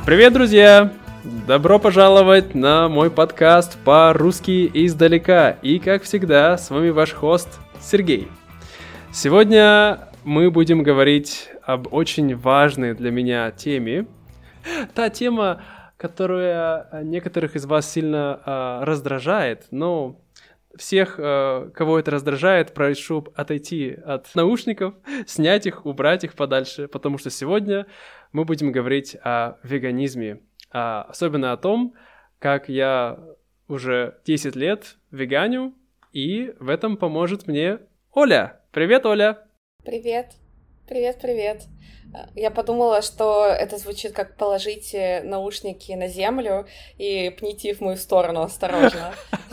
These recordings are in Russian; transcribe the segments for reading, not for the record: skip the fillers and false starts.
Привет, друзья! Добро пожаловать на мой подкаст по-русски издалека. И, как всегда, с вами ваш хост Сергей. Сегодня мы будем говорить об очень важной для меня теме. Та тема, которая некоторых из вас сильно раздражает, но всех, кого это раздражает, прошу отойти от наушников, снять их, убрать их подальше, потому что сегодня мы будем говорить о веганизме, особенно о том, как я уже 10 лет веганю, и в этом поможет мне Оля. Привет, Оля! Привет! Привет! Я подумала, что это звучит как «положите наушники на землю и пните в мою сторону осторожно».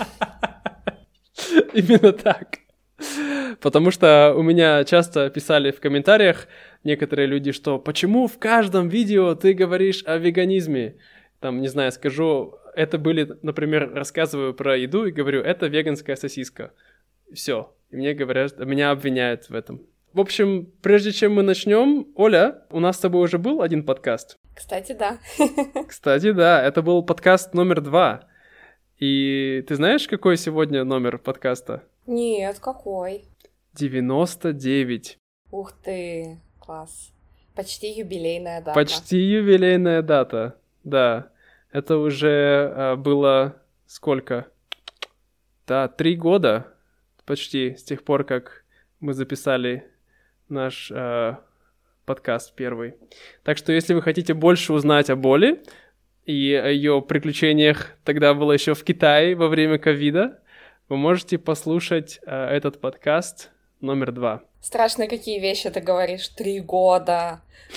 Именно так. Потому что у меня часто писали в комментариях некоторые люди, что почему в каждом видео ты говоришь о веганизме? Там, не знаю, скажу, это были, например, рассказываю про еду и говорю, это веганская сосиска. Все. И мне говорят, меня обвиняют в этом. В общем, прежде чем мы начнем, Оля, у нас с тобой уже был один подкаст. Кстати, да. Кстати, да, это был подкаст номер 2. И ты знаешь, какой сегодня номер подкаста? Нет, какой? 99. Ух ты, класс. Почти юбилейная дата. Почти юбилейная дата, да. Это уже было сколько? Да, 3 года почти с тех пор, как мы записали наш подкаст первый. Так что, если вы хотите больше узнать о боли и о ее приключениях, тогда было еще в Китае во время ковида, вы можете послушать этот подкаст номер 2. Страшно, какие вещи ты говоришь. 3 года.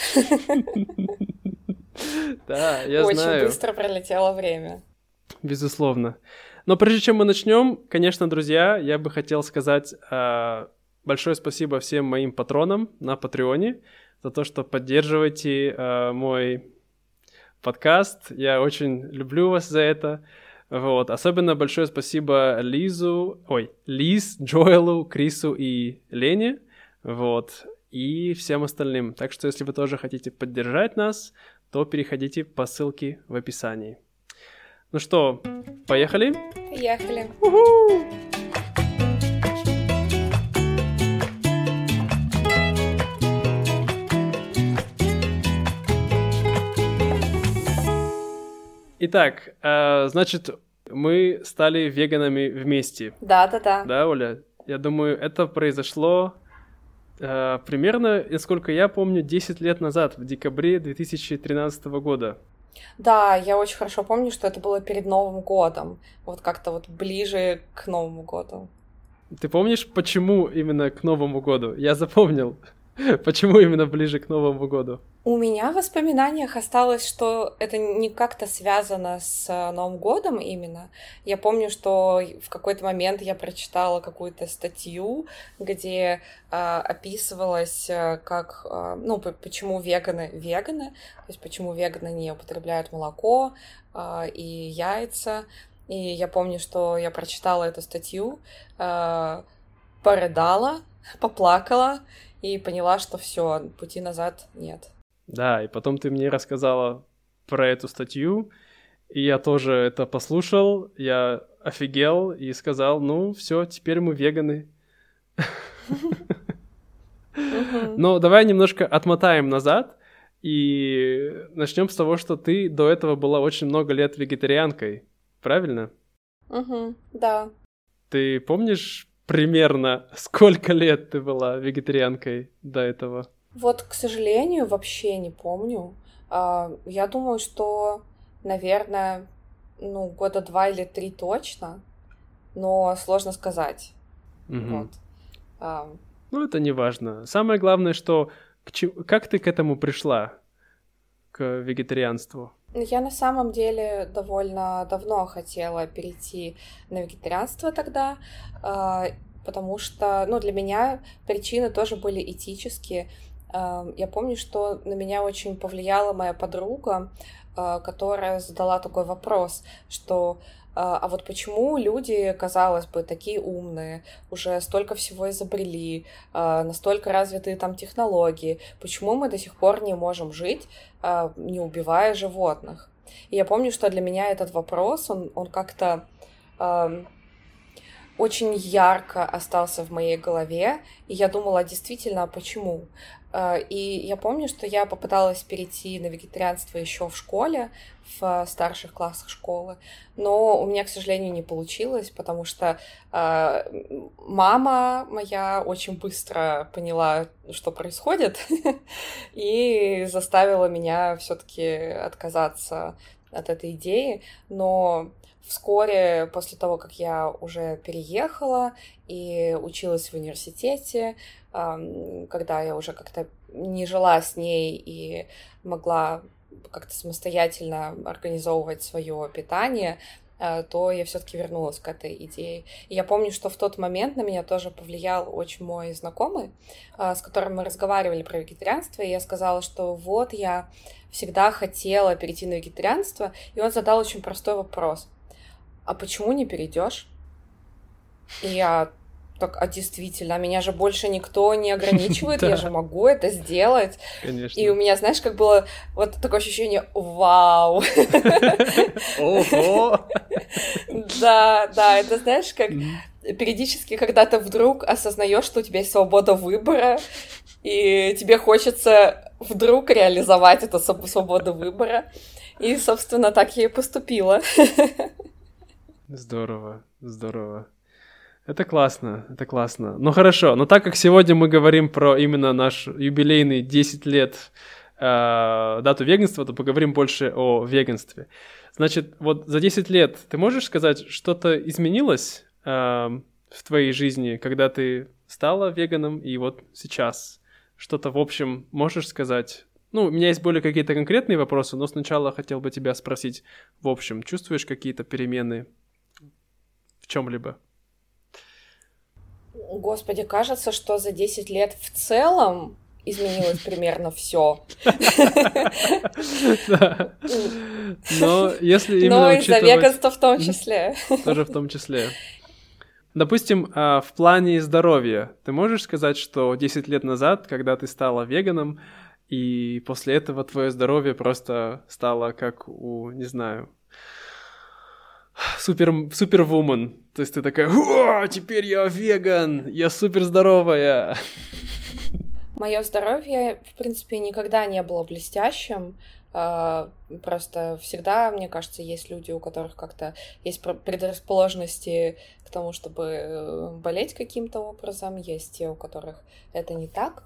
Да, я знаю. Очень быстро пролетело время. Безусловно. Но прежде чем мы начнем, конечно, друзья, я бы хотел сказать большое спасибо всем моим патронам на Патреоне за то, что поддерживаете мой подкаст. Я очень люблю вас за это. Вот. Особенно большое спасибо Лиз, Джоэлу, Крису и Лене. Вот. И всем остальным. Так что, если вы тоже хотите поддержать нас, то переходите по ссылке в описании. Ну что, поехали? Поехали. У-ху! Итак, значит, мы стали веганами вместе. Да. Да, Оля? Я думаю, это произошло примерно, насколько я помню, 10 лет назад, в декабре 2013 года. Да, я очень хорошо помню, что это было перед Новым годом. Вот как-то вот ближе к Новому году. Ты помнишь, почему именно к Новому году? Я запомнил. Почему именно ближе к Новому году? У меня в воспоминаниях осталось, что это не как-то связано с Новым годом именно. Я помню, что в какой-то момент я прочитала какую-то статью, где описывалось, как, почему веганы, то есть почему веганы не употребляют молоко и яйца. И я помню, что я прочитала эту статью, порыдала, поплакала, и поняла, что все, пути назад нет. Да, и потом ты мне рассказала про эту статью, и я тоже это послушал, я офигел и сказал, ну, все, теперь мы веганы. Но давай немножко отмотаем назад и начнем с того, что ты до этого была очень много лет вегетарианкой, правильно? Да. Ты помнишь примерно сколько лет ты была вегетарианкой до этого? Вот, к сожалению, вообще не помню. Я думаю, что, наверное, 2 года или 3 точно, но сложно сказать. Вот. Ну, это не важно. Самое главное, что как ты к этому пришла, к вегетарианству? Я на самом деле довольно давно хотела перейти на вегетарианство тогда, потому что, для меня причины тоже были этические. Я помню, что на меня очень повлияла моя подруга, которая задала такой вопрос, что А вот почему люди, казалось бы, такие умные, уже столько всего изобрели, настолько развитые там технологии, почему мы до сих пор не можем жить, не убивая животных? И я помню, что для меня этот вопрос, он как-то очень ярко остался в моей голове, и я думала, действительно, почему? И я помню, что я попыталась перейти на вегетарианство еще в школе, в старших классах школы, но у меня, к сожалению, не получилось, потому что мама моя очень быстро поняла, что происходит, и заставила меня все-таки отказаться от этой идеи, но вскоре после того, как я уже переехала и училась в университете, когда я уже как-то не жила с ней и могла как-то самостоятельно организовывать свое питание, то я все-таки вернулась к этой идее. И я помню, что в тот момент на меня тоже повлиял очень мой знакомый, с которым мы разговаривали про вегетарианство, и я сказала, что вот я всегда хотела перейти на вегетарианство, и он задал очень простой вопрос: а почему не перейдешь? И я так, действительно, меня же больше никто не ограничивает, я же могу это сделать. Конечно. И у меня, знаешь, как было вот такое ощущение: вау! Ого! Да, это, знаешь, как периодически, когда ты вдруг осознаешь, что у тебя есть свобода выбора, и тебе хочется вдруг реализовать эту свободу выбора. И, собственно, так я и поступила. Здорово, здорово. Это классно, это классно. Ну хорошо, но так как сегодня мы говорим про именно наш юбилейный 10 лет дату веганства, то поговорим больше о веганстве. Значит, вот за 10 лет ты можешь сказать, что-то изменилось в твоей жизни, когда ты стала веганом, и вот сейчас что-то в общем можешь сказать? Ну, у меня есть более какие-то конкретные вопросы, но сначала хотел бы тебя спросить в общем. Чувствуешь какие-то перемены в чем-либо? Господи, кажется, что за 10 лет в целом изменилось примерно все. Но если именно но и за веганство в том числе. Тоже в том числе. Допустим, в плане здоровья, ты можешь сказать, что 10 лет назад, когда ты стала веганом, и после этого твое здоровье просто стало как у, не знаю, супервумен. То есть ты такая: «О, теперь я веган, я супер здоровая». Мое здоровье, в принципе, никогда не было блестящим. Просто всегда, мне кажется, есть люди, у которых как-то есть предрасположенности к тому, чтобы болеть каким-то образом. Есть те, у которых это не так.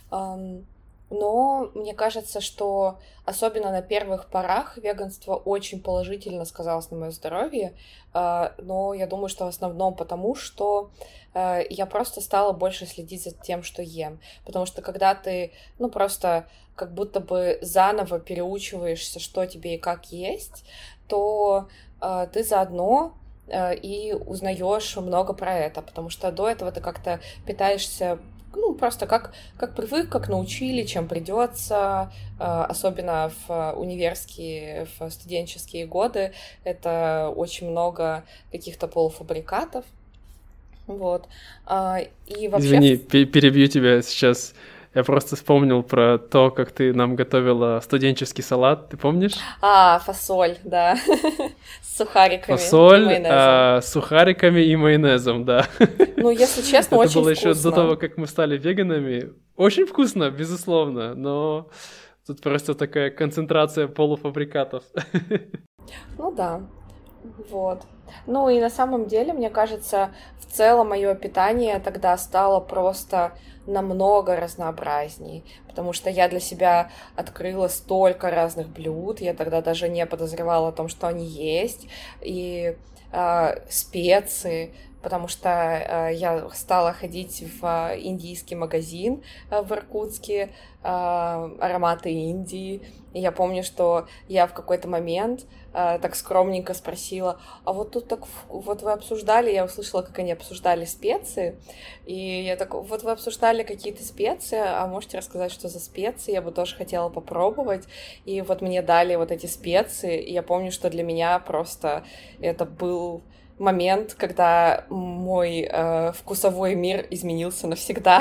Но мне кажется, что особенно на первых порах веганство очень положительно сказалось на моем здоровье, но я думаю, что в основном потому, что я просто стала больше следить за тем, что ем. Потому что когда ты, просто как будто бы заново переучиваешься, что тебе и как есть, то ты заодно и узнаешь много про это, потому что до этого ты как-то питаешься просто как привык, как научили, чем придется, особенно в универские, в студенческие годы, это очень много каких-то полуфабрикатов, вот, и вообще... Извини, перебью тебя сейчас. Я просто вспомнил про то, как ты нам готовила студенческий салат, ты помнишь? Фасоль, да, с сухариками фасоль, и майонезом. С сухариками и майонезом, да. Если честно, очень вкусно. Это было еще до того, как мы стали веганами. Очень вкусно, безусловно, но тут просто такая концентрация полуфабрикатов. Да, вот. И на самом деле, мне кажется, в целом мое питание тогда стало просто намного разнообразней, потому что я для себя открыла столько разных блюд, я тогда даже не подозревала о том, что они есть, и специи, потому что я стала ходить в индийский магазин в Иркутске, ароматы Индии. И я помню, что я в какой-то момент так скромненько спросила: а вот тут так вот вы обсуждали, я услышала, как они обсуждали специи, и я так: вот вы обсуждали какие-то специи, а можете рассказать, что за специи? Я бы тоже хотела попробовать. И вот мне дали вот эти специи, и я помню, что для меня просто это был момент, когда мой вкусовой мир изменился навсегда.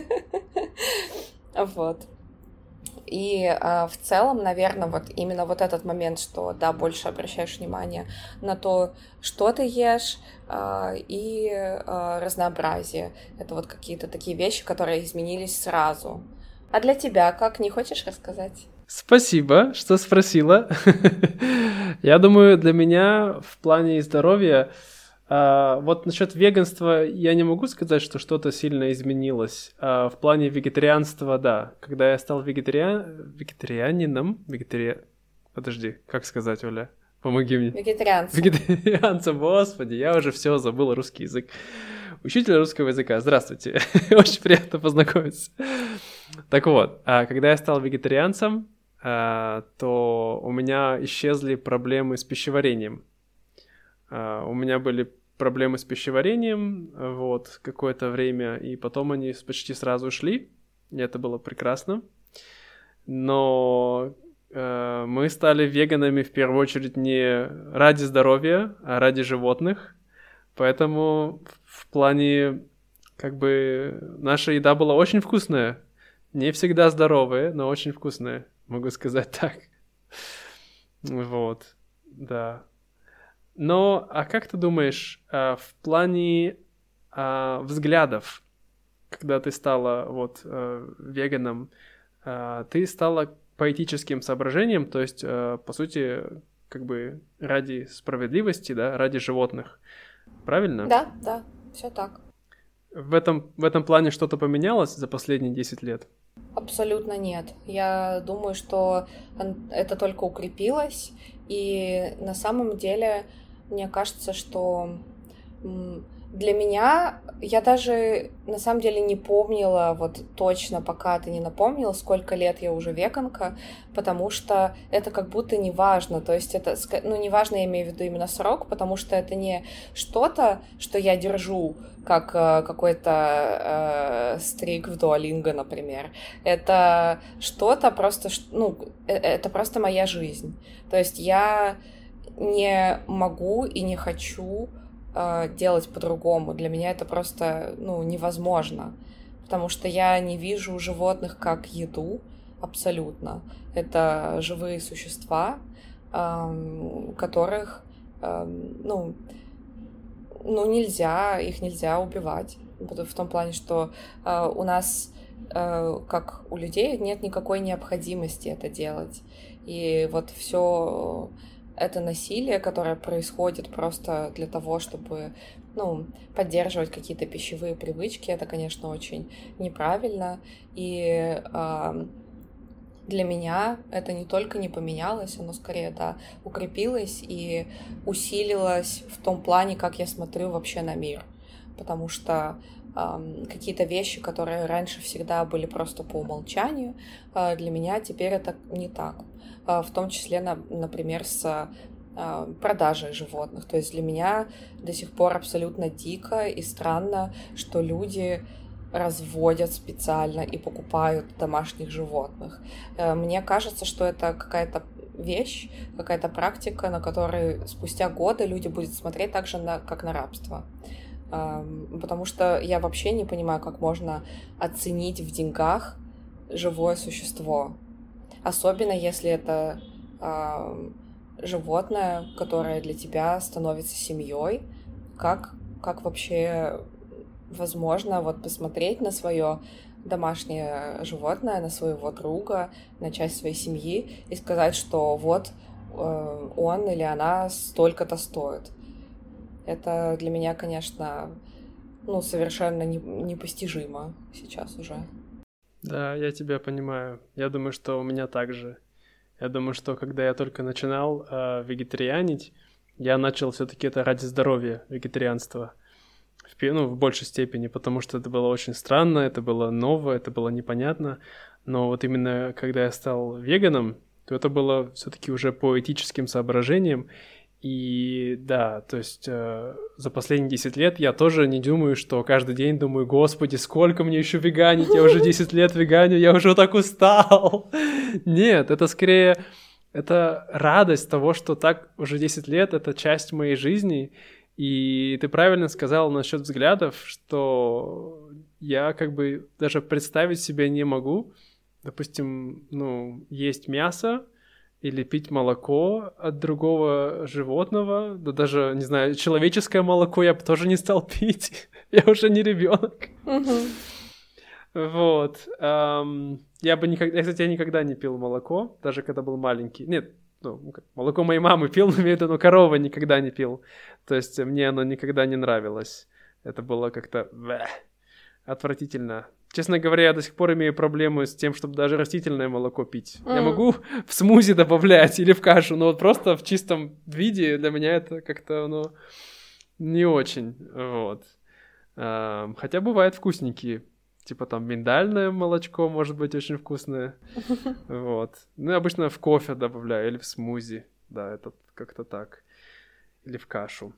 Вот. И в целом, наверное, вот именно вот этот момент, что, да, больше обращаешь внимание на то, что ты ешь, и разнообразие. Это вот какие-то такие вещи, которые изменились сразу. А для тебя как? Не хочешь рассказать? Спасибо, что спросила. Я думаю, для меня в плане здоровья, вот насчет веганства я не могу сказать, что что-то сильно изменилось. В плане вегетарианства, да. Когда я стал вегетарианином, подожди, как сказать, Оля? Помоги мне. Вегетарианцем. Вегетарианцем, господи, я уже все забыл русский язык. Учитель русского языка, здравствуйте. Очень приятно познакомиться. Так вот, когда я стал вегетарианцем, то у меня исчезли проблемы с пищеварением. У меня были проблемы с пищеварением вот какое-то время, и потом они почти сразу ушли, и это было прекрасно. Но мы стали веганами в первую очередь не ради здоровья, а ради животных, поэтому в плане как бы наша еда была очень вкусная, не всегда здоровая, но очень вкусная, могу сказать так. Вот, да. Но, а как ты думаешь, в плане взглядов, когда ты стала вот веганом, ты стала по этическим соображениям, то есть, по сути, как бы ради справедливости, да, ради животных, правильно? Да, все так. В этом плане что-то поменялось за последние 10 лет? Абсолютно нет. Я думаю, что это только укрепилось, и на самом деле мне кажется, что для меня, я даже на самом деле не помнила вот точно, пока ты не напомнила, сколько лет я уже веганка, потому что это как будто не важно, то есть это, ну, не важно, я имею в виду именно срок, потому что это не что-то, что я держу, как какой-то стрик в Дуолинго, например. Это что-то просто, ну, это просто моя жизнь. То есть я не могу и не хочу делать по-другому. Для меня это просто, ну, невозможно, потому что я не вижу животных как еду абсолютно. Это живые существа, которых, ну, нельзя, их нельзя убивать. В том плане, что у нас, как у людей, нет никакой необходимости это делать. И вот все это насилие, которое происходит просто для того, чтобы, ну, поддерживать какие-то пищевые привычки, это, конечно, очень неправильно. И для меня это не только не поменялось, оно скорее, да, укрепилось и усилилось в том плане, как я смотрю вообще на мир. Потому что какие-то вещи, которые раньше всегда были просто по умолчанию, для меня теперь это не так. В том числе, например, с продажей животных. То есть для меня до сих пор абсолютно дико и странно, что люди разводят специально и покупают домашних животных. Мне кажется, что это какая-то вещь, какая-то практика, на которую спустя годы люди будут смотреть так же, как на рабство. Потому что я вообще не понимаю, как можно оценить в деньгах живое существо. Особенно если это животное, которое для тебя становится семьей. Как вообще возможно вот посмотреть на свое домашнее животное, на своего друга, на часть своей семьи и сказать, что вот он или она столько-то стоит. Это для меня, конечно, ну, совершенно непостижимо сейчас уже. Да, я тебя понимаю. Я думаю, что у меня так же. Я думаю, что когда я только начинал вегетарианить, я начал все-таки это ради здоровья, вегетарианство. в большей степени, потому что это было очень странно, это было ново, это было непонятно. Но вот именно когда я стал веганом, то это было все-таки уже по этическим соображениям. И да, то есть за последние 10 лет я тоже не думаю, что каждый день думаю, господи, сколько мне еще веганить, я уже 10 лет веганю, я уже так устал. Нет, это скорее, это радость того, что так уже 10 лет, это часть моей жизни. И ты правильно сказал насчет взглядов, что я как бы даже представить себе не могу, допустим, есть мясо, или пить молоко от другого животного, да даже, не знаю, человеческое молоко я бы тоже не стал пить, я уже не ребенок. Вот. Я, кстати, никогда не пил молоко, даже когда был маленький. Нет, молоко моей мамы пил, но коровы никогда не пил. То есть мне оно никогда не нравилось. Это было как-то отвратительно. Честно говоря, я до сих пор имею проблемы с тем, чтобы даже растительное молоко пить. Я могу в смузи добавлять или в кашу, но вот просто в чистом виде для меня это как-то, не очень. Вот. Хотя бывают вкусненькие. Типа там миндальное молочко может быть очень вкусное. Вот. Я обычно в кофе добавляю или в смузи. Да, это как-то так. Или в кашу.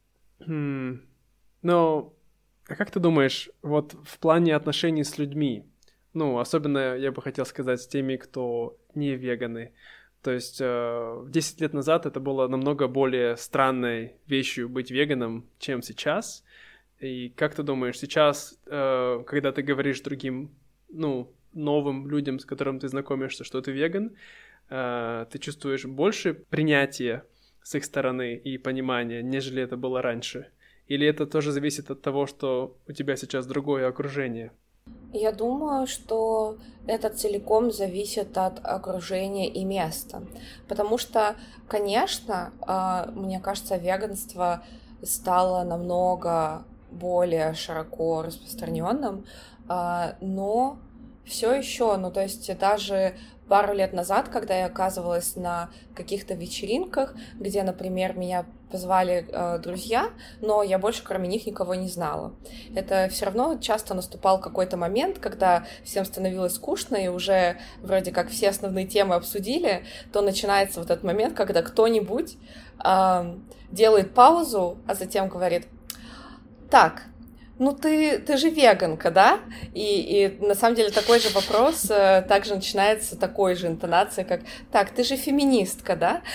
Но... А как ты думаешь, вот в плане отношений с людьми, особенно я бы хотел сказать с теми, кто не веганы, то есть 10 лет назад это было намного более странной вещью быть веганом, чем сейчас, и как ты думаешь, сейчас, когда ты говоришь другим, новым людям, с которыми ты знакомишься, что ты веган, ты чувствуешь больше принятия с их стороны и понимания, нежели это было раньше? Или это тоже зависит от того, что у тебя сейчас другое окружение? Я думаю, что это целиком зависит от окружения и места. Потому что, конечно, мне кажется, веганство стало намного более широко распространенным, но все еще, то есть даже пару лет назад, когда я оказывалась на каких-то вечеринках, где, например, меня позвали друзья, но я больше кроме них никого не знала. Это все равно часто наступал какой-то момент, когда всем становилось скучно, и уже вроде как все основные темы обсудили, то начинается вот этот момент, когда кто-нибудь делает паузу, а затем говорит: так, ты же веганка, да? И на самом деле такой же вопрос также начинается такой же интонацией, как: так, ты же феминистка, да?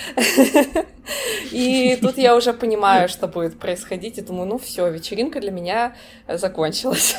И тут я уже понимаю, что будет происходить, и думаю, все, вечеринка для меня закончилась.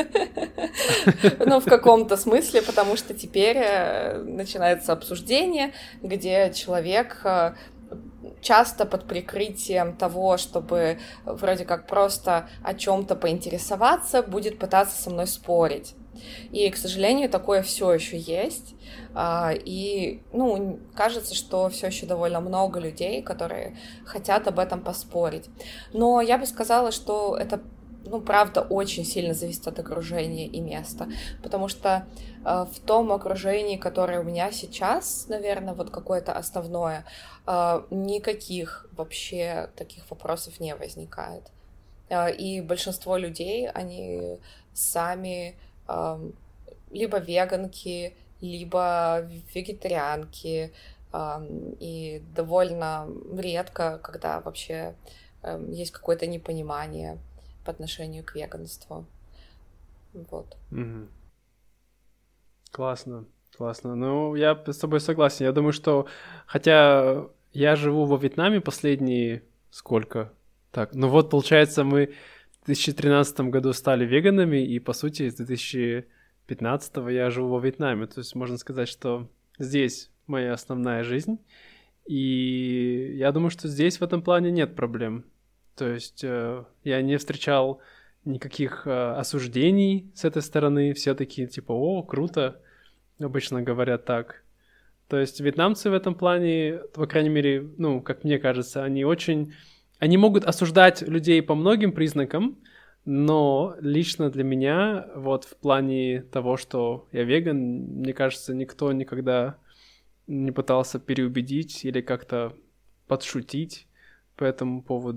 В каком-то смысле, потому что теперь начинается обсуждение, где человек часто под прикрытием того, чтобы вроде как просто о чем-то поинтересоваться, будет пытаться со мной спорить. И, к сожалению, такое все еще есть. И, кажется, что все еще довольно много людей, которые хотят об этом поспорить. Но я бы сказала, что это правда, очень сильно зависит от окружения и места, потому что в том окружении, которое у меня сейчас, наверное, вот какое-то основное, никаких вообще таких вопросов не возникает. И большинство людей, они сами либо веганки, либо вегетарианки, и довольно редко, когда вообще есть какое-то непонимание по отношению к веганству. Вот. Mm-hmm. Классно. Я с тобой согласен. Я думаю, что хотя я живу во Вьетнаме последние сколько? Так, получается, мы в 2013 году стали веганами, и, по сути, с 2015 я живу во Вьетнаме. То есть можно сказать, что здесь моя основная жизнь. И я думаю, что здесь в этом плане нет проблем. То есть я не встречал никаких осуждений с этой стороны. Все такие типа: о, круто, обычно говорят так. То есть вьетнамцы в этом плане, по крайней мере, как мне кажется, они могут осуждать людей по многим признакам, но лично для меня, вот в плане того, что я веган, мне кажется, никто никогда не пытался переубедить или как-то подшутить по этому поводу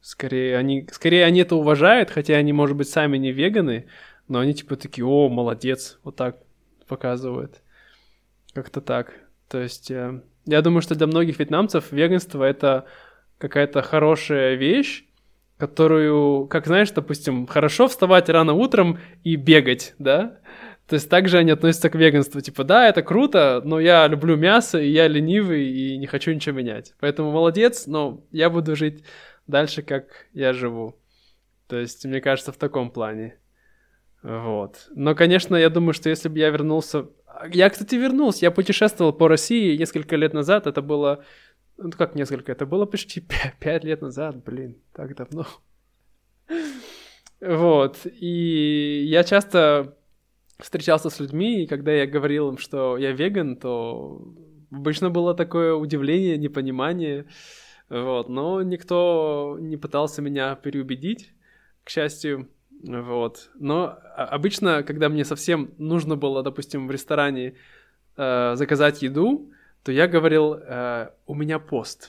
Скорее они это уважают, хотя они, может быть, сами не веганы, но они типа такие: о, молодец, вот так показывают. Как-то так. То есть я думаю, что для многих вьетнамцев веганство — это какая-то хорошая вещь, которую, как знаешь, допустим, хорошо вставать рано утром и бегать, да? То есть также они относятся к веганству. Типа, да, это круто, но я люблю мясо, и я ленивый, и не хочу ничего менять. Поэтому молодец, но я буду жить дальше, как я живу. То есть, мне кажется, в таком плане. Вот. Но, конечно, я думаю, что если бы я вернулся... Я, кстати, вернулся. Я путешествовал по России несколько лет назад. Это было... Ну, как несколько? Это было почти 5 лет назад. Блин, так давно. Вот. И я часто встречался с людьми, и когда я говорил им, что я веган, то обычно было такое удивление, непонимание. Вот. Но никто не пытался меня переубедить, к счастью. Вот. Но обычно, когда мне совсем нужно было, допустим, в ресторане заказать еду, то я говорил: у меня пост.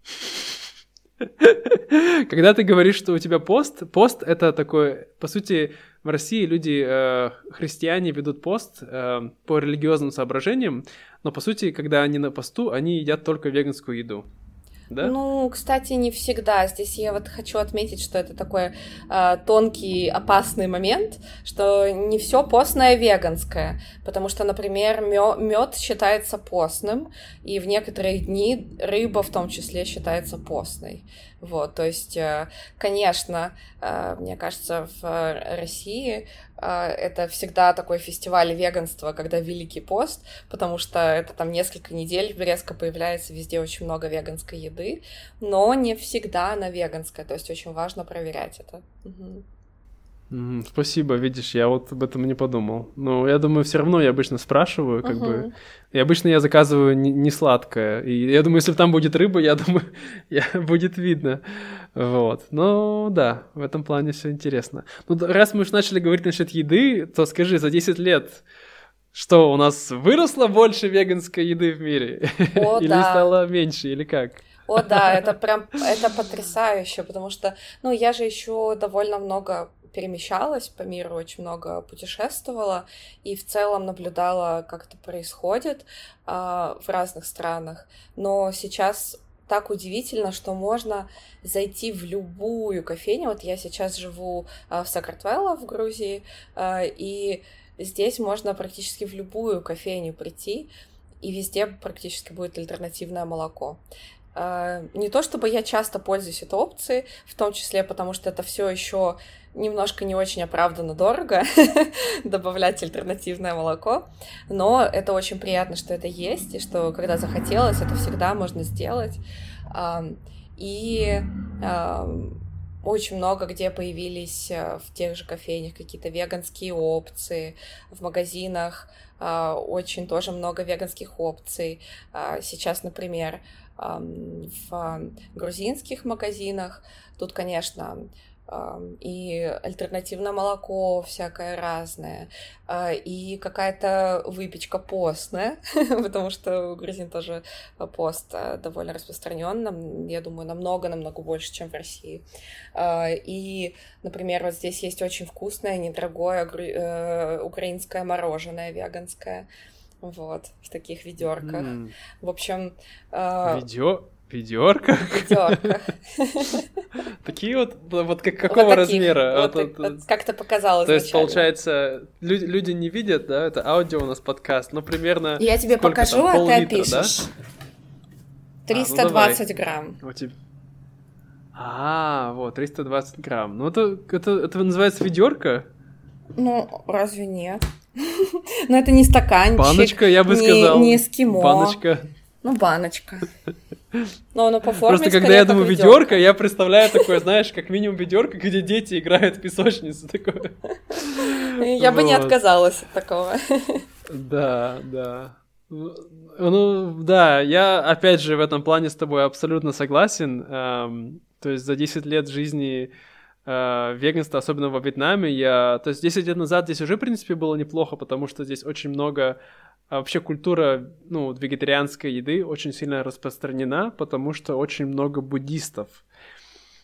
Когда ты говоришь, что у тебя пост это такое, по сути, в России люди, христиане, ведут пост по религиозным соображениям, но, по сути, когда они на посту, они едят только веганскую еду. Да? Ну, кстати, не всегда. Здесь я вот хочу отметить, что это такой тонкий, опасный момент, что не все постное веганское, потому что, например, мед считается постным, и в некоторые дни рыба в том числе считается постной. Вот, то есть, конечно, мне кажется, в России это всегда такой фестиваль веганства, когда Великий пост, потому что это там несколько недель резко появляется везде очень много веганской еды, но не всегда она веганская, то есть очень важно проверять это. Спасибо, видишь, я вот об этом не подумал. Но я думаю, все равно я обычно спрашиваю, как бы, и обычно я заказываю не сладкое. И я думаю, если там будет рыба, я думаю, будет видно. Вот. Ну, да, в этом плане все интересно. Ну, раз мы уж начали говорить насчет еды, то скажи, за 10 лет что, у нас выросло больше веганской еды в мире? О, или да. стало меньше, или как? О, да, это потрясающе, потому что, ну, я же еще довольно много перемещалась по миру, очень много путешествовала и в целом наблюдала, как это происходит в разных странах. Но сейчас так удивительно, что можно зайти в любую кофейню. Вот я сейчас живу в Сакартвело, в Грузии, и здесь можно практически в любую кофейню прийти, и везде практически будет альтернативное молоко. Не то чтобы я часто пользуюсь этой опцией, в том числе потому, что это все еще немножко не очень оправданно дорого добавлять альтернативное молоко, но это очень приятно, что это есть, и что когда захотелось, это всегда можно сделать. И очень много где появились в тех же кофейнях какие-то веганские опции, в магазинах очень тоже много веганских опций. Сейчас, например, в грузинских магазинах тут, конечно, и альтернативное молоко всякое разное, и какая-то выпечка постная, потому что у грузин тоже пост довольно распространен, я думаю, намного больше, чем в России. И, например, вот здесь есть очень вкусное, недорогое украинское мороженое веганское, вот, в таких ведерках. В общем... Ведерка? Ведерка. Такие вот какого размера? Вот как-то показалось. То есть, получается, люди не видят, да, это аудио у нас подкаст, но примерно... Я тебе покажу, а ты опишешь. 320 грамм. Вот, 320 грамм. Ну, это называется ведерко? Ну, разве нет? Ну, это не стаканчик. Баночка, я бы сказал. Не эскимо. Баночка. Ну, баночка. Но по форме просто когда я думаю ведерко, я представляю такое, знаешь, как минимум ведерко, где дети играют в песочницу. Такое. Я бы не отказалась от такого. Да. Ну, да, я, опять же, в этом плане с тобой абсолютно согласен. То есть за 10 лет жизни веганства, особенно во Вьетнаме, то есть 10 лет назад здесь уже, в принципе, было неплохо, потому что здесь очень много... вообще культура, вегетарианской еды очень сильно распространена, потому что очень много буддистов.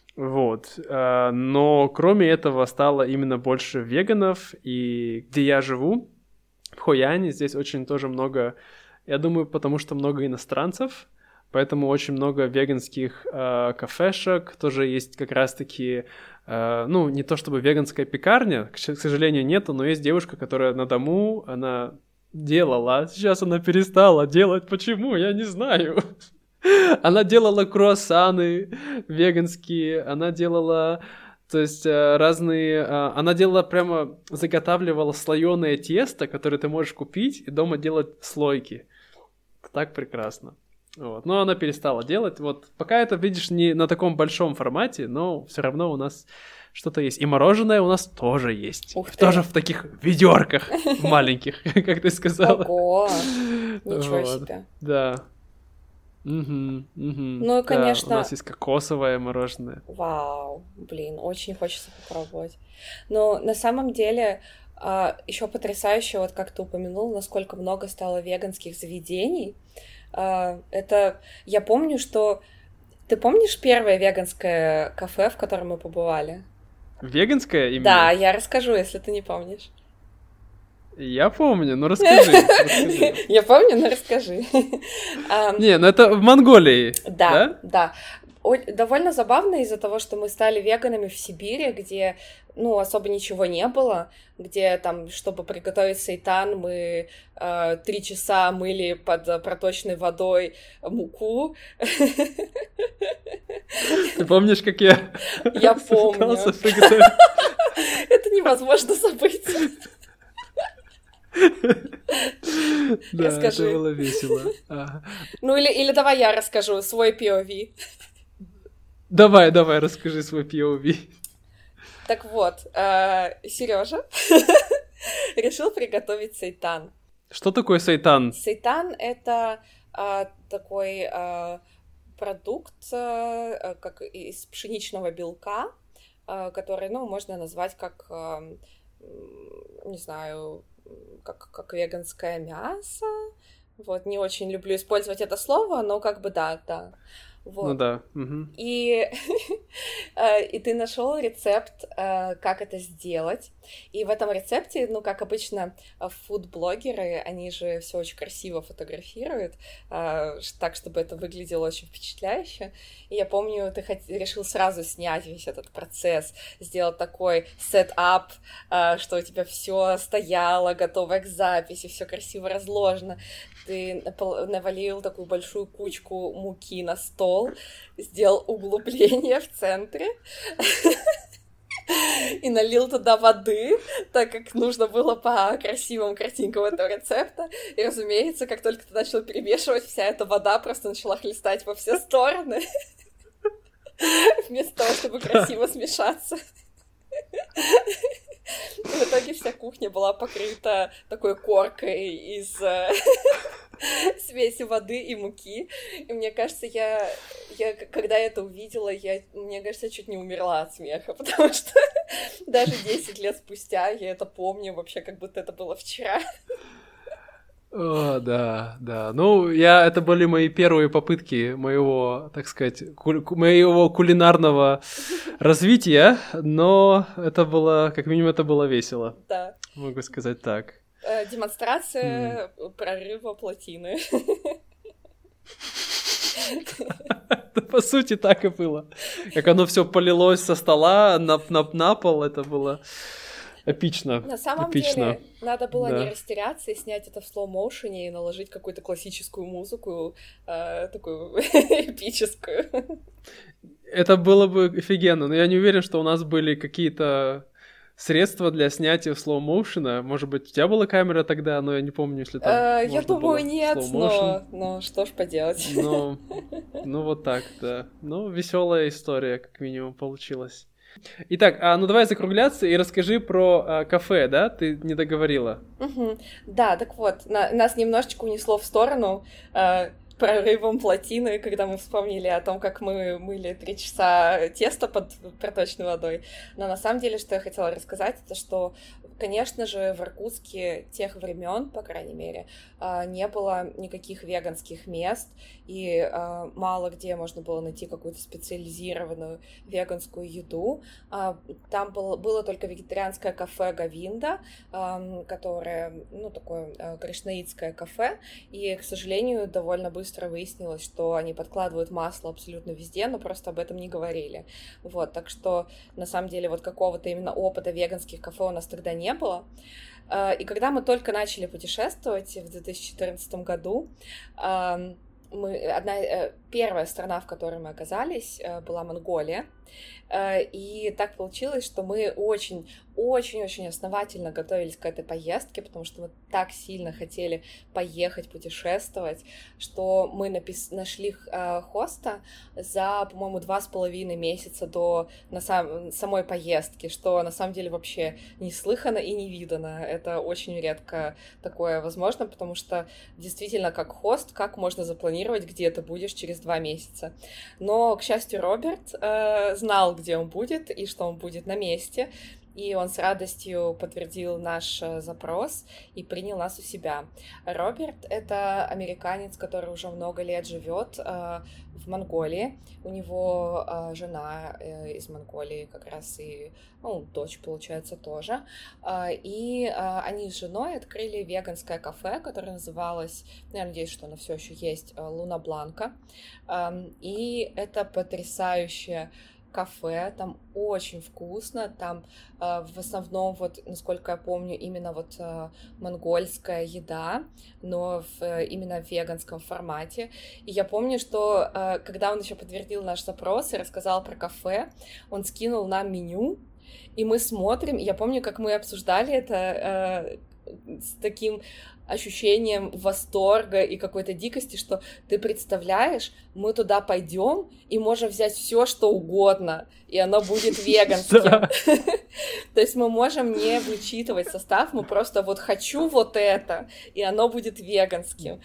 Вот. Но кроме этого стало именно больше веганов, и где я живу, в Хойяне, здесь очень тоже много, я думаю, потому что много иностранцев, поэтому очень много веганских кафешек, тоже есть как раз-таки, ну, не то чтобы веганская пекарня, к сожалению, нету, но есть девушка, которая на дому, она делала, сейчас она перестала делать, почему, я не знаю. Она делала круассаны веганские, она делала, то есть разные, она делала прямо, заготавливала слоеное тесто, которое ты можешь купить и дома делать слойки. Так прекрасно. Вот. Но она перестала делать. Вот пока это, видишь, не на таком большом формате, но все равно у нас что-то есть. И мороженое у нас тоже есть. Тоже в таких ведерках маленьких, как ты сказала. Ого! Ничего себе. Да. Ну и, конечно... У нас есть кокосовое мороженое. Вау, блин, очень хочется попробовать. Но на самом деле еще потрясающе, вот как ты упомянул, насколько много стало веганских заведений. Это... Я помню, что... Ты помнишь первое веганское кафе, в котором мы побывали? Веганское именно? Да, я расскажу, если ты не помнишь. Я помню, но расскажи. Я помню, но расскажи. Не, ну это в Монголии, да? Да. Довольно забавно из-за того, что мы стали веганами в Сибири, где, ну, особо ничего не было, где там, чтобы приготовить сейтан, мы 3 часа мыли под проточной водой муку. Ты помнишь, как я... Я помню. Это невозможно забыть. Да, это было весело. Ну или давай я расскажу свой POV. Давай, расскажи свой POV. Так вот, Сережа решил приготовить сейтан. Что такое сейтан? Сейтан — это такой продукт как из пшеничного белка, который, ну, можно назвать как, не знаю, как веганское мясо. Вот, не очень люблю использовать это слово, но как бы да. Вот. Ну да. Угу. И ты нашел рецепт, как это сделать. И в этом рецепте, ну, как обычно, фуд-блогеры, они же все очень красиво фотографируют, так, чтобы это выглядело очень впечатляюще. И я помню, ты решил сразу снять весь этот процесс, сделать такой сет-ап, что у тебя все стояло, готовое к записи, все красиво разложено. Ты навалил такую большую кучку муки на стол, сделал углубление в центре и налил туда воды, так как нужно было по красивым картинкам этого рецепта. И, разумеется, как только ты начал перемешивать, вся эта вода просто начала хлестать во все стороны, вместо того, чтобы красиво смешаться. В итоге вся кухня была покрыта такой коркой из смеси воды и муки. И мне кажется, я когда это увидела, мне кажется, я чуть не умерла от смеха, потому что даже 10 лет спустя я это помню вообще, как будто это было вчера. О, да. Ну, это были мои первые попытки моего, так сказать, моего кулинарного развития, но это было, как минимум, это было весело. Да. Могу сказать так. Демонстрация прорыва плотины. По сути, так и было. Как оно все полилось со стола на пол, это было... Эпично. На самом деле, надо было не растеряться и снять это в слоу-моушене и наложить какую-то классическую музыку, такую эпическую. Это было бы офигенно, но я не уверен, что у нас были какие-то средства для снятия в слоу-моушена. Может быть, у тебя была камера тогда, но я не помню, если там я думаю, нет, но что ж поделать. Ну, вот так, да. Ну, веселая история, как минимум, получилась. Итак, ну давай закругляться и расскажи про кафе, да? Ты не договорила. Да, так вот, нас немножечко унесло в сторону. прорывом плотины, когда мы вспомнили о том, как мы мыли 3 часа тесто под проточной водой. Но на самом деле, что я хотела рассказать, это что, конечно же, в Иркутске тех времен, по крайней мере, не было никаких веганских мест, и мало где можно было найти какую-то специализированную веганскую еду. Там было только вегетарианское кафе «Говинда», которое, ну, такое кришнаитское кафе, и, к сожалению, довольно быстро выяснилось, что они подкладывают масло абсолютно везде, но просто об этом не говорили. Вот, так что, на самом деле, вот какого-то именно опыта веганских кафе у нас тогда не было. И когда мы только начали путешествовать в 2014 году, первая страна, в которой мы оказались, была Монголия. И так получилось, что мы очень-очень основательно готовились к этой поездке, потому что мы так сильно хотели поехать путешествовать, что мы нашли хоста за, по-моему, 2,5 месяца до самой поездки, что на самом деле вообще неслыханно и не видано. Это очень редко такое возможно, потому что действительно, как хост, как можно запланировать, где ты будешь через 2 месяца. Но, к счастью, Роберт знал, где он будет и что он будет на месте, и он с радостью подтвердил наш запрос и принял нас у себя. Роберт — это американец, который уже много лет живет в Монголии. У него жена из Монголии как раз и, ну, дочь, получается, тоже. И они с женой открыли веганское кафе, которое называлось, я надеюсь, что оно все еще есть, Луна Бланка. И это потрясающее кафе, там очень вкусно, там в основном, вот, насколько я помню, именно вот монгольская еда, но именно в веганском формате. И я помню, что когда он еще подтвердил наш запрос и рассказал про кафе, он скинул нам меню, и мы смотрим, и я помню, как мы обсуждали это с таким ощущением восторга и какой-то дикости, что ты представляешь, мы туда пойдем и можем взять все, что угодно, и оно будет веганским. То есть мы можем не вычитывать состав, мы просто вот хочу вот это, и оно будет веганским.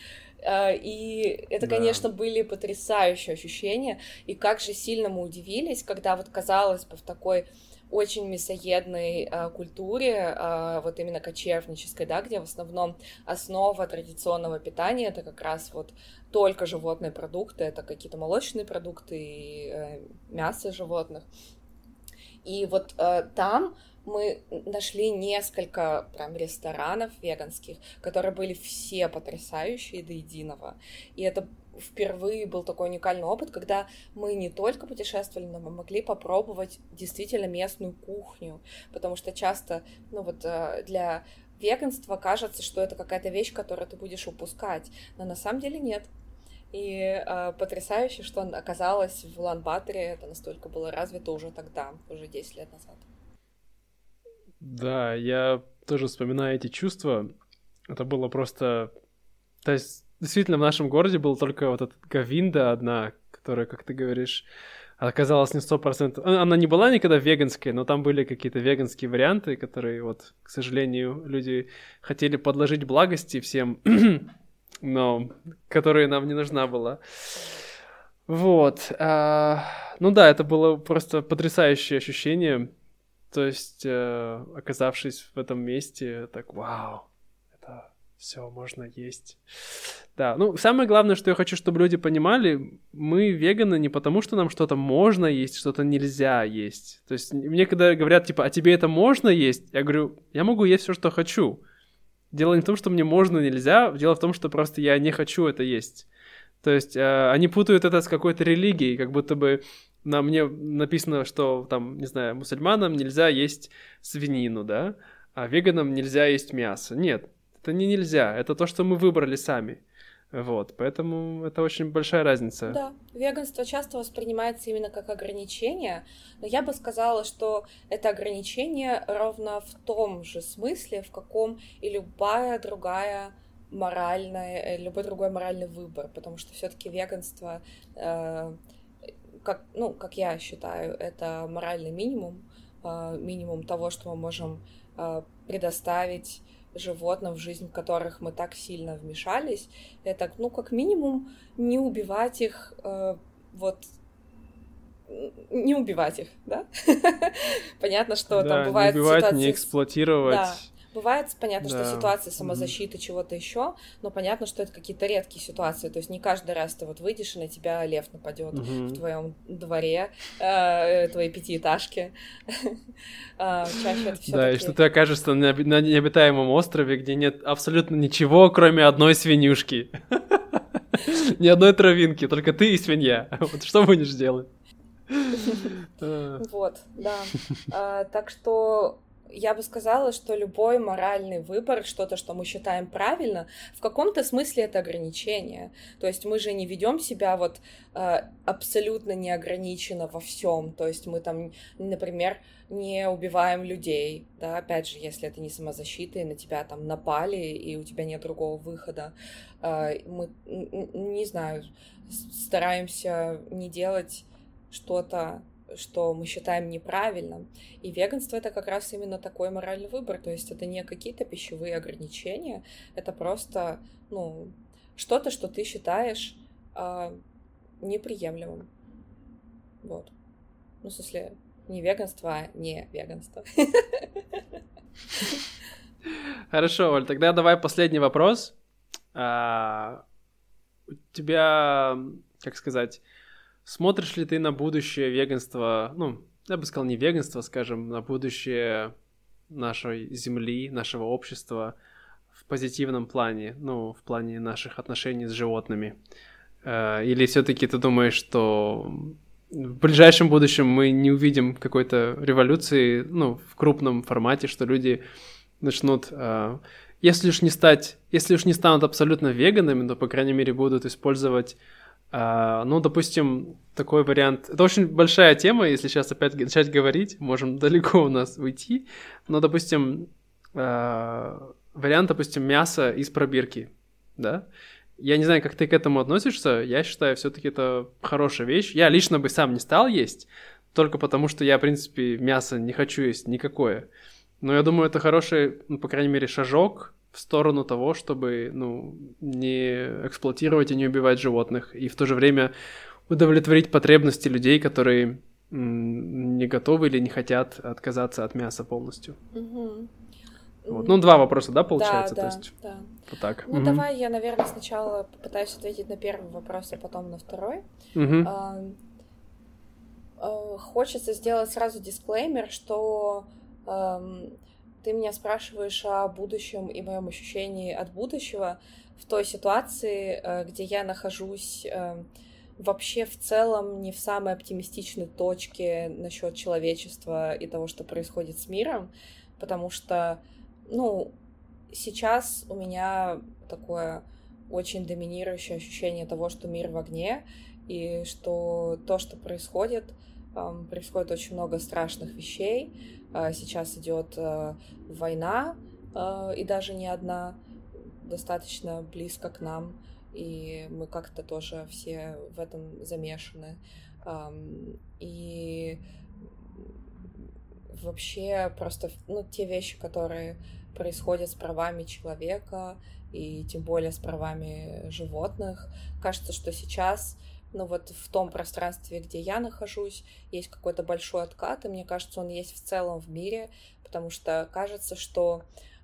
И это, конечно, были потрясающие ощущения, и как же сильно мы удивились, когда вот, казалось бы, в такой очень мясоедной культуре, вот именно кочевнической, да, где в основном основа традиционного питания — это как раз вот только животные продукты, это какие-то молочные продукты и мясо животных. И вот там мы нашли несколько прям ресторанов веганских, которые были все потрясающие до единого. И это впервые был такой уникальный опыт, когда мы не только путешествовали, но мы могли попробовать действительно местную кухню, потому что часто, ну вот для веганства кажется, что это какая-то вещь, которую ты будешь упускать, но на самом деле нет. И потрясающе, что оказалось в Улан-Баторе, это настолько было развито уже тогда, уже 10 лет назад. Да, я тоже вспоминаю эти чувства. Это было просто... То есть, действительно, в нашем городе была только вот эта Говинда одна, которая, как ты говоришь, оказалась не 100%. Она не была никогда веганской, но там были какие-то веганские варианты, которые, вот, к сожалению, люди хотели подложить благости всем, но которые нам не нужна была. Вот. Ну да, это было просто потрясающее ощущение. То есть, оказавшись в этом месте, так, вау, это все можно есть. Да, ну, самое главное, что я хочу, чтобы люди понимали, мы веганы не потому, что нам что-то можно есть, что-то нельзя есть. То есть, мне когда говорят, типа, а тебе это можно есть? Я говорю, я могу есть все, что хочу. Дело не в том, что мне можно, нельзя, дело в том, что просто я не хочу это есть. То есть, они путают это с какой-то религией, как будто бы на мне написано, что там, не знаю, мусульманам нельзя есть свинину, да, а веганам нельзя есть мясо. Нет, это не нельзя, это то, что мы выбрали сами. Вот, поэтому это очень большая разница. Да, веганство часто воспринимается именно как ограничение, но я бы сказала, что это ограничение ровно в том же смысле, в каком и любой другой моральный выбор, потому что все-таки веганство как я считаю, это моральный минимум того, что мы можем предоставить животным, в жизнь которых мы так сильно вмешались, это, ну, как минимум, не убивать их, не убивать их, да? Понятно, что там Да, не бывают убивать, не ситуации... Да, эксплуатировать. бывает, понятно, что Да. ситуации самозащиты, чего-то еще, но понятно, что это какие-то редкие ситуации. То есть не каждый раз ты вот выйдешь, и на тебя лев нападет в твоем дворе, твоей пятиэтажке. Чаще это Да, и все-таки... что ты окажешься на необитаемом острове, где нет абсолютно ничего, кроме одной свинюшки. Ни одной травинки, только ты и свинья. Вот что будешь делать? Вот, да. Так что я бы сказала, что любой моральный выбор, что-то, что мы считаем правильно, в каком-то смысле это ограничение. То есть мы же не ведем себя вот абсолютно неограниченно во всем. То есть мы там, например, не убиваем людей, да, опять же, если это не самозащита, и на тебя там напали, и у тебя нет другого выхода. Мы, не знаю, стараемся не делать что-то, что мы считаем неправильным. И веганство — это как раз именно такой моральный выбор. То есть это не какие-то пищевые ограничения, это просто, ну, что-то, что ты считаешь неприемлемым. Вот. Ну, в смысле, не веганство, а не веганство. Хорошо, Оль, тогда давай последний вопрос. У тебя, как сказать, смотришь ли ты на будущее веганства, ну, я бы сказал, не веганство, скажем, на будущее нашей земли, нашего общества в позитивном плане, ну, в плане наших отношений с животными? Или все-таки ты думаешь, что в ближайшем будущем мы не увидим какой-то революции, ну, в крупном формате, что люди начнут, если уж не станут абсолютно веганами, то, по крайней мере, будут использовать, ну, допустим, такой вариант. Это очень большая тема, если сейчас опять начать говорить, можем далеко у нас уйти, но, допустим, вариант, допустим, мяса из пробирки, да? Я не знаю, как ты к этому относишься, я считаю, все-таки это хорошая вещь. Я лично бы сам не стал есть, только потому что я, в принципе, мясо не хочу есть никакое. Но я думаю, это хороший, ну, по крайней мере, шажок в сторону того, чтобы, ну, не эксплуатировать и не убивать животных, и в то же время удовлетворить потребности людей, которые не готовы или не хотят отказаться от мяса полностью. Вот. Ну, два вопроса, да, получается? Да, то есть, да. вот так. Ну, давай я, наверное, сначала попытаюсь ответить на первый вопрос, а потом на второй. Хочется сделать сразу дисклеймер, что ты меня спрашиваешь о будущем и моем ощущении от будущего в той ситуации, где я нахожусь вообще в целом не в самой оптимистичной точке насчет человечества и того, что происходит с миром, потому что, ну, сейчас у меня такое очень доминирующее ощущение того, что мир в огне, и что то, что происходит очень много страшных вещей. Сейчас идет война, и даже не одна, достаточно близко к нам, и мы как-то тоже все в этом замешаны. И вообще просто, ну, те вещи, которые происходят с правами человека, и тем более с правами животных, кажется, что сейчас, ну вот в том пространстве, где я нахожусь, есть какой-то большой откат, и мне кажется, он есть в целом в мире, потому что кажется, что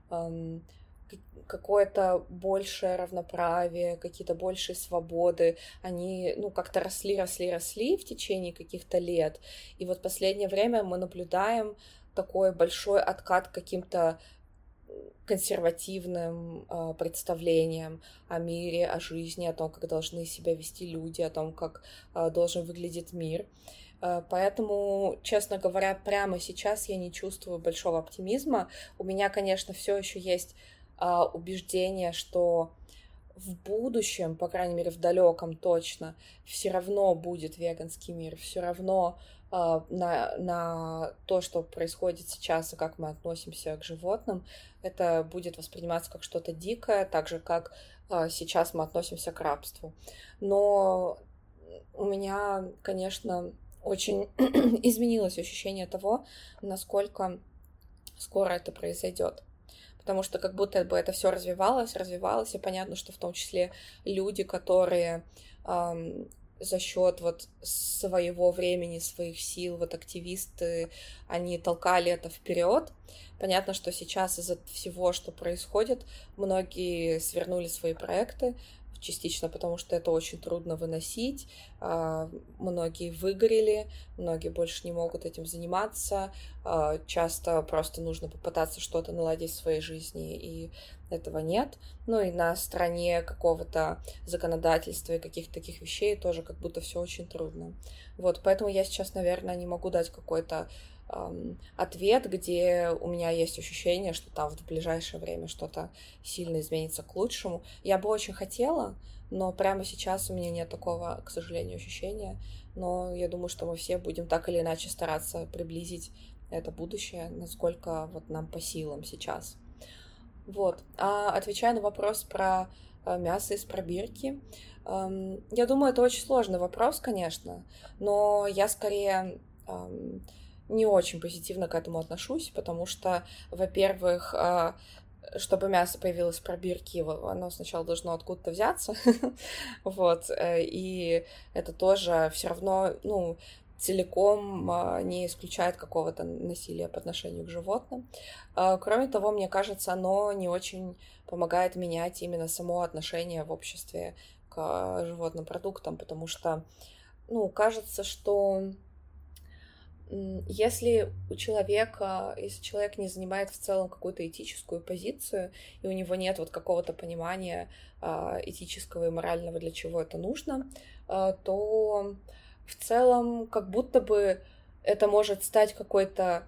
какое-то большее равноправие, какие-то большие свободы, они, ну, как-то росли в течение каких-то лет. И вот в последнее время мы наблюдаем такой большой откат к каким-то консервативным представлениям о мире, о жизни, о том, как должны себя вести люди, о том, как должен выглядеть мир. Поэтому, честно говоря, прямо сейчас я не чувствую большого оптимизма. У меня, конечно, все еще есть убеждение, что в будущем, по крайней мере, в далеком точно, все равно будет веганский мир, все равно на то, что происходит сейчас и как мы относимся к животным, это будет восприниматься как что-то дикое, так же, как сейчас мы относимся к рабству. Но у меня, конечно, очень изменилось ощущение того, насколько скоро это произойдет. потому что как будто бы это все развивалось, и понятно, что в том числе люди, которые за счет вот своего времени, своих сил, вот активисты, они толкали это вперед. Понятно, что сейчас из-за всего, что происходит, многие свернули свои проекты, частично потому, что это очень трудно выносить, многие выгорели, многие больше не могут этим заниматься, часто просто нужно попытаться что-то наладить в своей жизни, и этого нет. Ну и на стороне какого-то законодательства и каких-то таких вещей тоже как будто все очень трудно. Вот, поэтому я сейчас, наверное, не могу дать какой-то ответ, где у меня есть ощущение, что там в ближайшее время что-то сильно изменится к лучшему. Я бы очень хотела, но прямо сейчас у меня нет такого, к сожалению, ощущения. Но я думаю, что мы все будем так или иначе стараться приблизить это будущее, насколько вот нам по силам сейчас. Вот. А отвечая на вопрос про мясо из пробирки, я думаю, это очень сложный вопрос, конечно, но я скорее не очень позитивно к этому отношусь, потому что, во-первых, чтобы мясо появилось в пробирке, оно сначала должно откуда-то взяться, вот, и это тоже все равно, ну, целиком не исключает какого-то насилия по отношению к животным. Кроме того, мне кажется, оно не очень помогает менять именно само отношение в обществе к животным продуктам, потому что, ну, кажется, что если человек не занимает в целом какую-то этическую позицию, и у него нет вот какого-то понимания этического и морального, для чего это нужно, то в целом как будто бы это может стать какой-то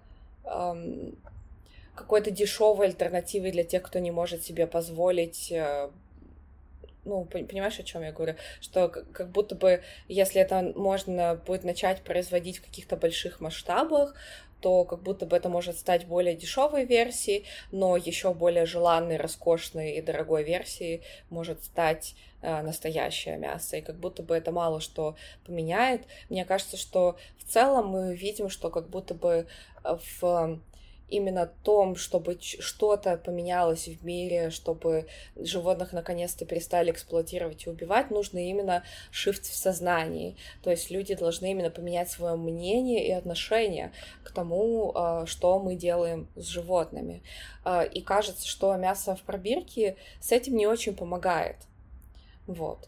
дешевой альтернативой для тех, кто не может себе позволить. Ну, понимаешь, о чем я говорю? Что как будто бы, если это можно будет начать производить в каких-то больших масштабах, то как будто бы это может стать более дешевой версией, но еще более желанной, роскошной и дорогой версией может стать настоящее мясо. И как будто бы это мало что поменяет. Мне кажется, что в целом мы видим, что как будто бы в именно том, чтобы что-то поменялось в мире, чтобы животных наконец-то перестали эксплуатировать и убивать, нужно именно шифт в сознании. То есть люди должны именно поменять свое мнение и отношение к тому, что мы делаем с животными. И кажется, что мясо в пробирке с этим не очень помогает. Вот.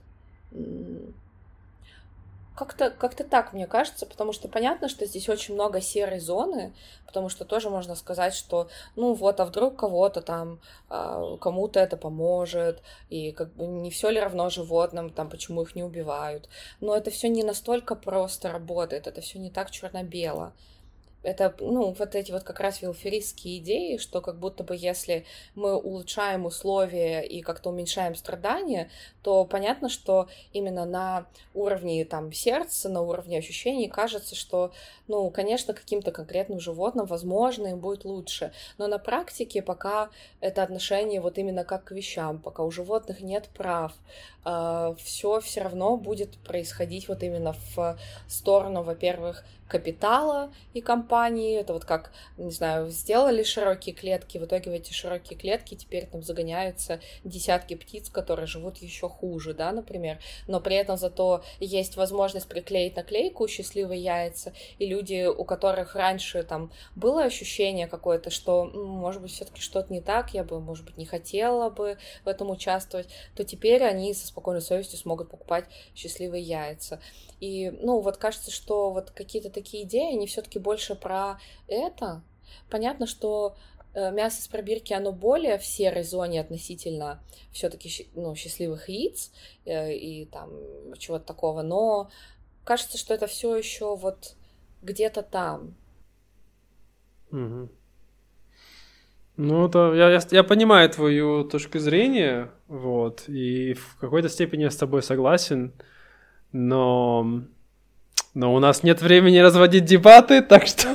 Как-то так, мне кажется, потому что понятно, что здесь очень много серой зоны, потому что тоже можно сказать, что, ну вот, а вдруг кого-то там, кому-то это поможет, и как бы не все ли равно животным, там, почему их не убивают. Но это все не настолько просто работает, это все не так черно-бело. Это, ну, вот эти вот как раз велферистские идеи, что как будто бы если мы улучшаем условия и как-то уменьшаем страдания, то понятно, что именно на уровне там сердца, на уровне ощущений кажется, что, ну, конечно, каким-то конкретным животным, возможно, им будет лучше. Но на практике пока это отношение вот именно как к вещам, пока у животных нет прав, все равно будет происходить вот именно в сторону, во-первых, капитала и компании. Это вот как, не знаю, сделали широкие клетки, в итоге в эти широкие клетки теперь там загоняются десятки птиц, которые живут еще хуже, да, например. Но при этом зато есть возможность приклеить наклейку «Счастливые яйца», и люди, у которых раньше там было ощущение какое-то, что, может быть, все-таки что-то не так, я бы, может быть, не хотела бы в этом участвовать, то теперь они со спокойной совестью смогут покупать счастливые яйца. И, ну, вот кажется, что вот какие-то такие идеи, они все-таки больше про это. Понятно, что мясо с пробирки, оно более в серой зоне относительно все-таки, ну, счастливых яиц и там чего-то такого, но кажется, что это все еще вот где-то там. Угу. Ну, да, я понимаю твою точку зрения, вот, и в какой-то степени я с тобой согласен, но у нас нет времени разводить дебаты, так что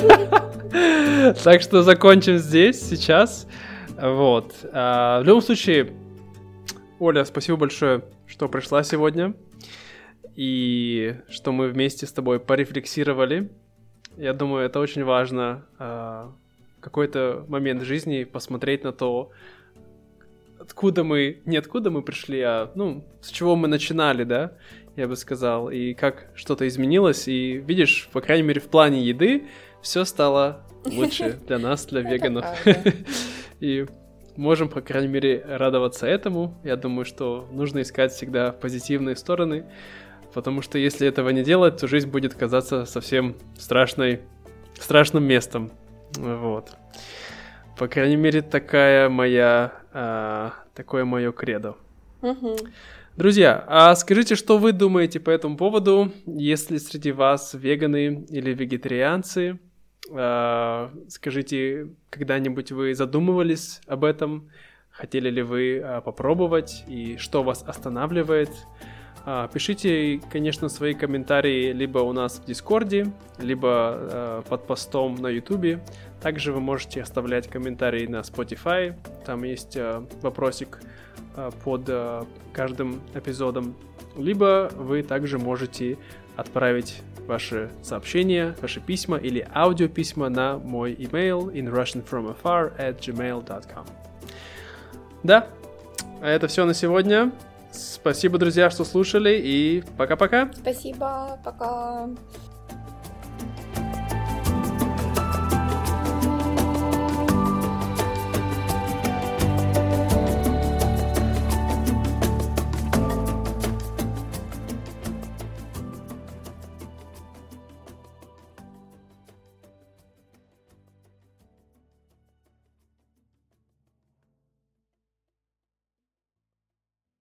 закончим здесь, сейчас, вот. В любом случае, Оля, спасибо большое, что пришла сегодня, и что мы вместе с тобой порефлексировали. Я думаю, это очень важно, какой-то момент жизни посмотреть на то, не откуда мы пришли, а, с чего мы начинали, да, я бы сказал, и как что-то изменилось, и видишь, по крайней мере, в плане еды все стало лучше для нас, для веганов. И можем, по крайней мере, радоваться этому. Я думаю, что нужно искать всегда позитивные стороны, потому что если этого не делать, то жизнь будет казаться совсем страшным местом. Вот. По крайней мере, такое мое кредо. Друзья, а скажите, что вы думаете по этому поводу, если среди вас веганы или вегетарианцы? Скажите, когда-нибудь вы задумывались об этом? Хотели ли вы попробовать? И что вас останавливает? Пишите, конечно, свои комментарии либо у нас в Дискорде, либо под постом на Ютубе. Также вы можете оставлять комментарии на Spotify. Там есть вопросик под каждым эпизодом. Либо вы также можете отправить ваши сообщения, ваши письма или аудиописьма на мой email inrussianfromafar@gmail.com. Да, это все на сегодня. Спасибо, друзья, что слушали, и пока-пока. Спасибо, пока.